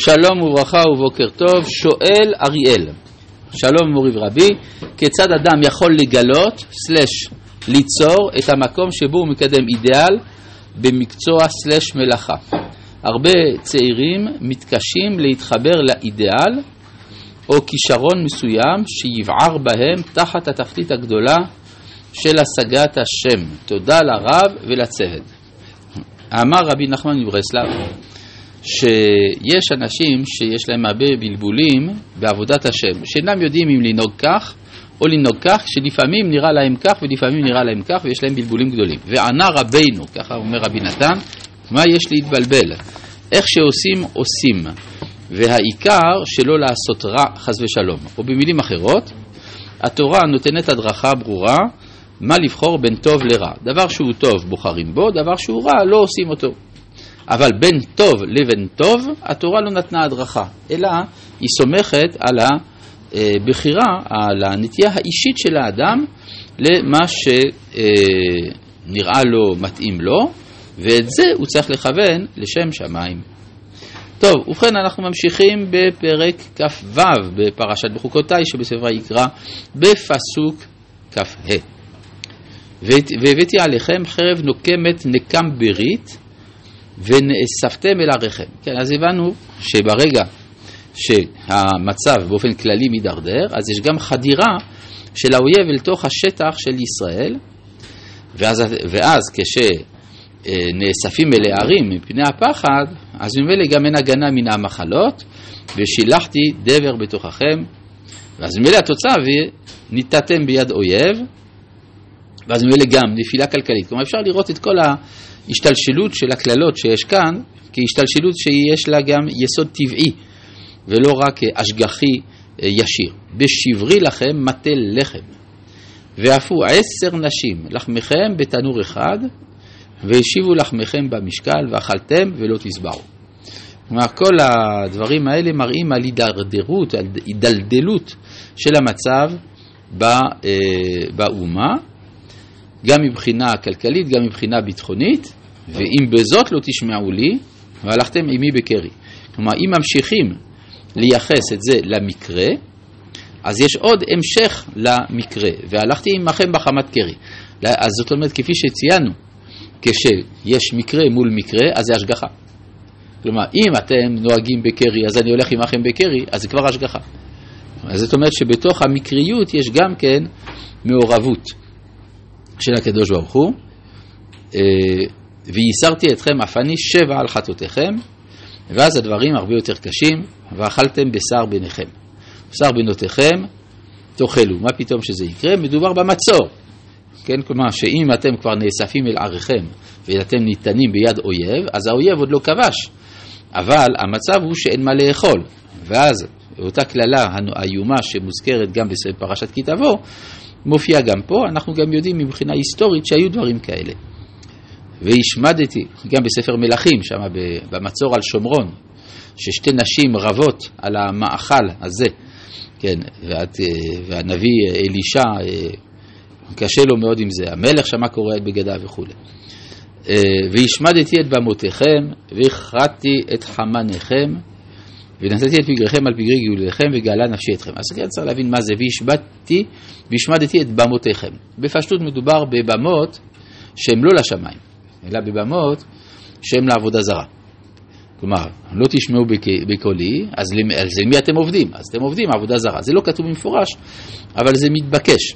שלום וברכה ובוקר טוב. שואל אריאל, שלום מורי ורבי, כיצד אדם יכול לגלות ליצור את המקום שבו הוא מקדם אידיאל במקצוע מלאכה? הרבה צעירים מתקשים להתחבר לאידיאל או כישרון מסוים שיבער בהם תחת התכלית הגדולה של השגת השם. תודה לרב ולצוות. אמר רבי נחמן מברסלב שיש אנשים שיש להם הרבה בלבולים בעבודת השם, שאינם יודעים אם לנהוג כך או לנהוג כך, שלפעמים נראה להם כך ולפעמים נראה להם כך, ויש להם בלבולים גדולים. וענה רבינו, ככה אומר רבי נתן, מה יש להתבלבל? איך שעושים עושים, והעיקר שלא לעשות רע חס ושלום. או במילים אחרות, התורה נותנת הדרכה ברורה מה לבחור בין טוב לרע. דבר שהוא טוב בוחרים בו, דבר שהוא רע לא עושים אותו. אבל בין טוב לבין טוב התורה לא נתנה הדרכה, אלא היא סומכת על הבחירה, על הנטייה האישית של האדם למה שנראה לו מתאים לו, ואת זה הוא צריך לכוון לשם שמיים. טוב, ובכן אנחנו ממשיכים בפרק כ"ו בפרשת בחוקותיי שבספר יקרא בפסוק כ"ה. והבאתי עליכם חרב נוקמת נקם ברית ונאספתם אל עריכם. כן, אז הבנו שברגע שהמצב באופן כללי מדרדר, אז יש גם חדירה של האויב אל תוך השטח של ישראל, ואז כשנאספים אל הערים מפני הפחד, אז ממילא גם אין הגנה מן המחלות, ושילחתי דבר בתוככם, ואז ממילא התוצאה וניתתם ביד אויב, ואז ממילא גם נפילה כלכלית. כלומר אפשר לראות את כל ההשתלשלות של הכללות שיש כאן, כהשתלשלות שיש לה גם יסוד טבעי, ולא רק השגחי ישיר. בשברי לכם מטה לחם, ואפו 10 נשים לחמכם בתנור אחד, והשיבו לחמכם במשקל, ואכלתם ולא תסבעו. כלומר, כל הדברים האלה מראים על הידרדרות, על הידלדלות של המצב באומה, גם מבחינה כלכלית, גם מבחינה ביטחונית, ואם בזאת לא תשמעו לי, והלכתם עמי בקרי. כלומר, אם ממשיכים לייחס את זה למקרה, אז יש עוד המשך למקרה, והלכתי עמכם בחמת קרי. אז זאת אומרת, כפי שציינו, כשיש מקרה מול מקרה, אז זה השגחה. כלומר, אם אתם נוהגים בקרי, אז אני הולך עמכם בקרי, אז זה כבר השגחה. אז זאת אומרת שבתוך המקריות יש גם כן מעורבות של הקדוש ברוך הוא. וייסרתי אתכם אפני 7 על חטאותיכם, ואז הדברים הרבה יותר קשים, ואכלתם בשר בניכם. בשר בנותיכם תאכלו. מה פתאום שזה יקרה? מדובר במצור. כן, כלומר שאם אתם כבר נאספים אל עריכם ואתם ניתנים ביד אויב, אז האויב עוד לא כבש, אבל המצב הוא שאין מה לאכול. ואז אותה כללה האיומה שמוזכרת גם בפרשת כי תבוא מופיע גם פה. אנחנו גם יודעים מבחינה היסטורית שהיו דברים כאלה. והשמדתי גם בספר מלכים שם במצור על שומרון, ששתי נשים רבות על המאכל הזה, כן, והנביא אלישע קשה לו מאוד עם זה, המלך שמה קורא את בגדיו וכו'. והשמדתי את במותיכם והכרעתי את חמניכם ונתתי את פגריכם על פגרי גאולתכם וגאלה נפשי אתכם. אז כן, צריך להבין מה זה והשמדתי את במותיכם. בפשטות מדובר בבמות שהם לא לשמיים, אלא בבמות שהם לעבודה זרה. כלומר, לא תשמעו בקולי, אז למי אתם עובדים? אז אתם עובדים עבודה זרה. זה לא כתוב במפורש, אבל זה מתבקש.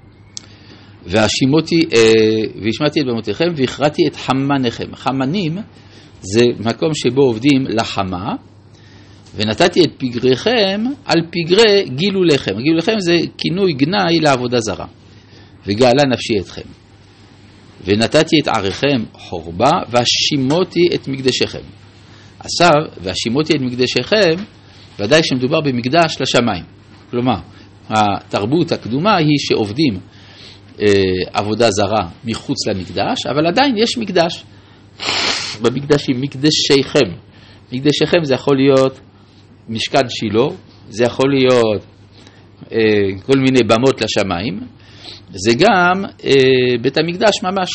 והשמעתי את במותיכם והכרעתי את חמניכם. חמנים זה מקום שבו עובדים לחמה, ונתתי את פגריכם על פגרי גילולכם. גילולכם זה כינוי גנאי לעבודה זרה. וגאלה נפשי אתכם. ונתתי את עריכם חורבה, והשימותי את מקדשכם. עכשיו, והשימותי את מקדשכם, ודאי שמדובר במקדש לשמיים. כלומר, התרבות הקדומה היא שעובדים עבודה זרה מחוץ למקדש, אבל עדיין יש מקדש. במקדשים, מקדשיכם. מקדשיכם זה יכול להיות משכן שילה, זה יכול להיות כל מיני במות לשמיים, זה גם בית המקדש ממש.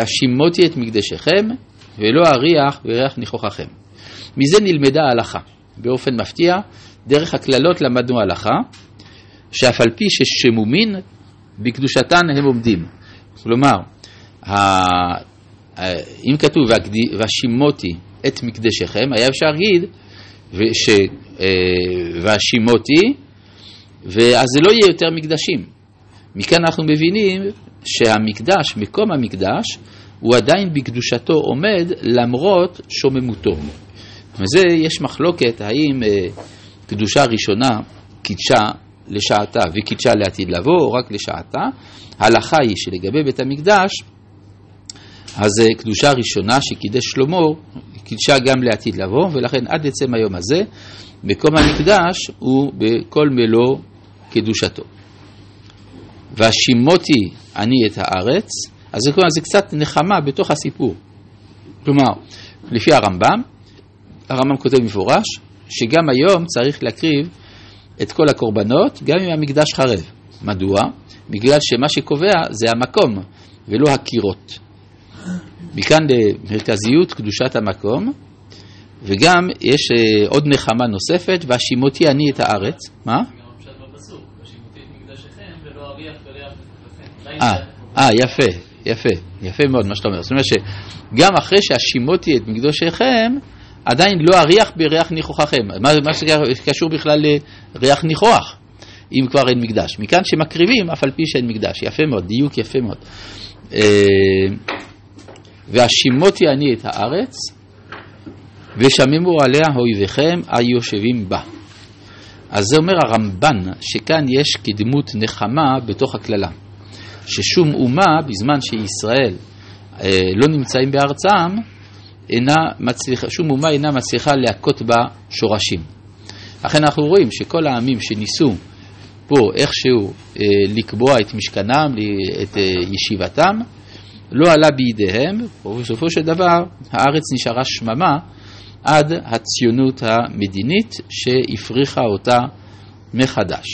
והשימותי את מקדשכם ולא אריח וריח ניחוחכם. מזה נלמדה ההלכה, באופן מפתיע, דרך הכללות למדנו הלכה, שאף על פי ששמומין, בקדושתן הם עומדים. כלומר, אם כתוב והשימותי את מקדשכם, היה אפשר להגיד והשימותי, ואז זה לא יהיה יותר מקדשים. מכאן אנחנו מבינים שהמקדש, מקום המקדש, הוא עדיין בקדושתו עומד למרות שוממותו. וזה יש מחלוקת האם קדושה ראשונה קידשה לשעתה וקידשה לעתיד לבוא או רק לשעתה. ההלכה היא שלגבי בית המקדש, אז קדושה ראשונה שקידש שלמה קידשה גם לעתיד לבוא, ולכן עד עצם היום הזה מקום המקדש הוא בכל מלוא קדושתו. והשימותי אני את הארץ, אז זה קצת נחמה בתוך הסיפור. כלומר, לפי הרמב"ם כותב מפורש שגם היום צריך להקריב את כל הקורבנות גם אם המקדש חרב. מדוע? בגלל שמה שקובע זה המקום ולא הקירות. מכאן למרכזיות קדושת המקום, וגם יש עוד נחמה נוספת, והשימותי אני את הארץ. מה? גם פשט בפסוק, והשימותי את מקדשכם ולא אריח בריח נכוחכם. יפה מאוד מה שאתה אומר. זאת אומרת שגם אחרי שהשימותי את מקדשכם, עדיין לא אריח בריח ניחוחכם. מה שקשור בכלל לריח ניחוח, אם כבר אין מקדש. מכאן שמקריבים אף על פי שאין מקדש. יפה מאוד, דיוק יפה מאוד. והשימותי אני את הארץ, ושממו עליה אויביכם היושבים בה. אז זה אומר הרמב"ן, שכאן יש כדמות נחמה בתוך הכללה. ששום אומה, בזמן שישראל לא נמצאים בארצם, שום אומה אינה מצליחה להכות בה שורשים. לכן אנחנו רואים שכל העמים שניסו פה איכשהו לקבוע את משכנם, את ישיבתם, לא עלה בידיהם, ובסופו של דבר הארץ נשארה שממה עד הציונות המדינית שהפריחה אותה מחדש.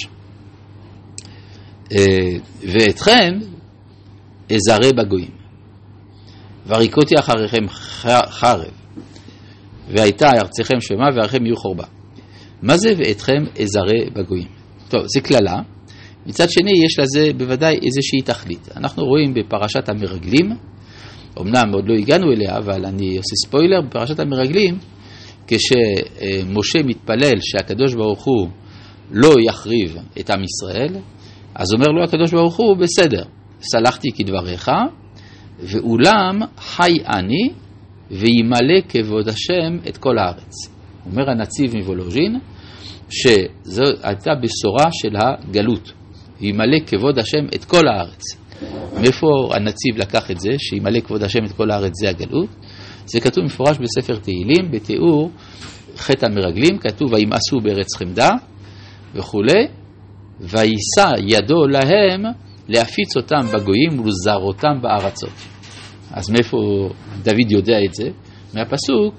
ואתכם אזרה בגויים, והריקותי אחריכם חרב, והייתה ארצכם שמה ועריכם יהיו חורבה. מה זה ואתכם אזרה בגויים? טוב, זה כללה. מצד שני יש לזה בוודאי איזושהי תכלית. אנחנו רואים בפרשת המרגלים, אמנם עוד לא הגענו אליה, אבל אני עושה ספוילר, בפרשת המרגלים, כשמשה מתפלל שהקדוש ברוך הוא לא יחריב את עם ישראל, אז אומר לו הקדוש ברוך הוא, בסדר, סלחתי כדבריך, ואולם חי אני וימלא כבוד השם את כל הארץ. אומר הנציב מוולוז'ין, שזו הייתה בשורה של הגלות, וימלא כבוד השם את כל הארץ. מאיפה הנציב לקח את זה, שימלא כבוד השם את כל הארץ זה הגלות? זה כתוב מפורש בספר תהילים, בתיאור חטא המרגלים, כתוב וימאסו בארץ חמדה וכו', וישא ידו להם להפיץ אותם בגויים ולזר אותם בארצות. אז מאיפה דוד יודע את זה? מהפסוק,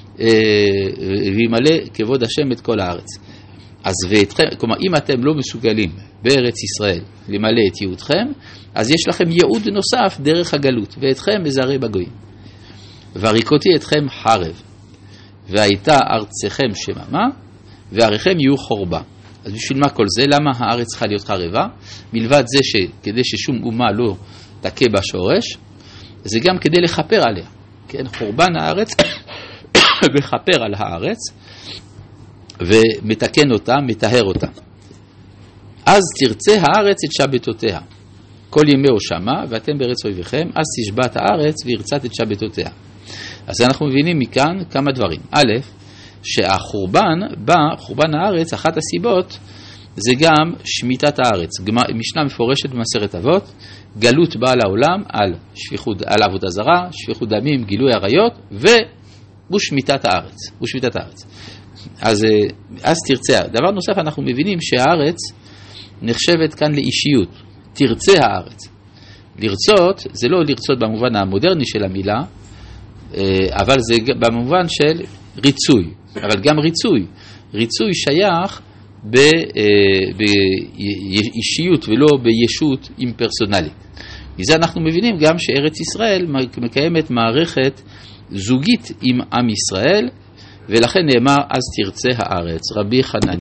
וימלא כבוד השם את כל הארץ. אז ואתכם, כלומר, אם אתם לא מסוגלים בארץ ישראל למלא את ייעודכם, אז יש לכם ייעוד נוסף דרך הגלות, ואתכם אזרה בגויים. והריקותי אתכם חרב, והייתה ארצכם שממה, ועריכם יהיו חורבה. אז בשביל מה כל זה? למה הארץ צריכה להיות חרבה? מלבד זה שכדי ששום אומה לא תכה בשורש, זה גם כדי לחפר עליה. כן, חורבן הארץ מחפר על הארץ, ומתקן אותה, מטהר אותה. אז תרצה הארץ את שבתותיה. כל ימי הושמה, ואתם בארץ אויביכם, אז תשבת הארץ וירצת את שבתותיה. אז אנחנו מבינים מכאן כמה דברים. א', חורבן הארץ, אחת הסיבות, זה גם שמיטת הארץ. משנה מפורשת במסכת אבות, גלות באה לעולם על עבודה זרה, שפיכות דמים, גילוי עריות, ושמיטת הארץ. אז תרצה. דבר נוסף, אנחנו מבינים שהארץ נחשבת כאן לאישיות. תרצה הארץ. לרצות, זה לא לרצות במובן המודרני של המילה, אבל זה במובן של ריצוי. אבל גם ריצוי שייך באישיות ולא בישות אימפרסונלית. מזה אנחנו מבינים גם שארץ ישראל מקיימת מערכת זוגית עם עם ישראל, ולכן נאמר אז תרצה הארץ. רבי חנניה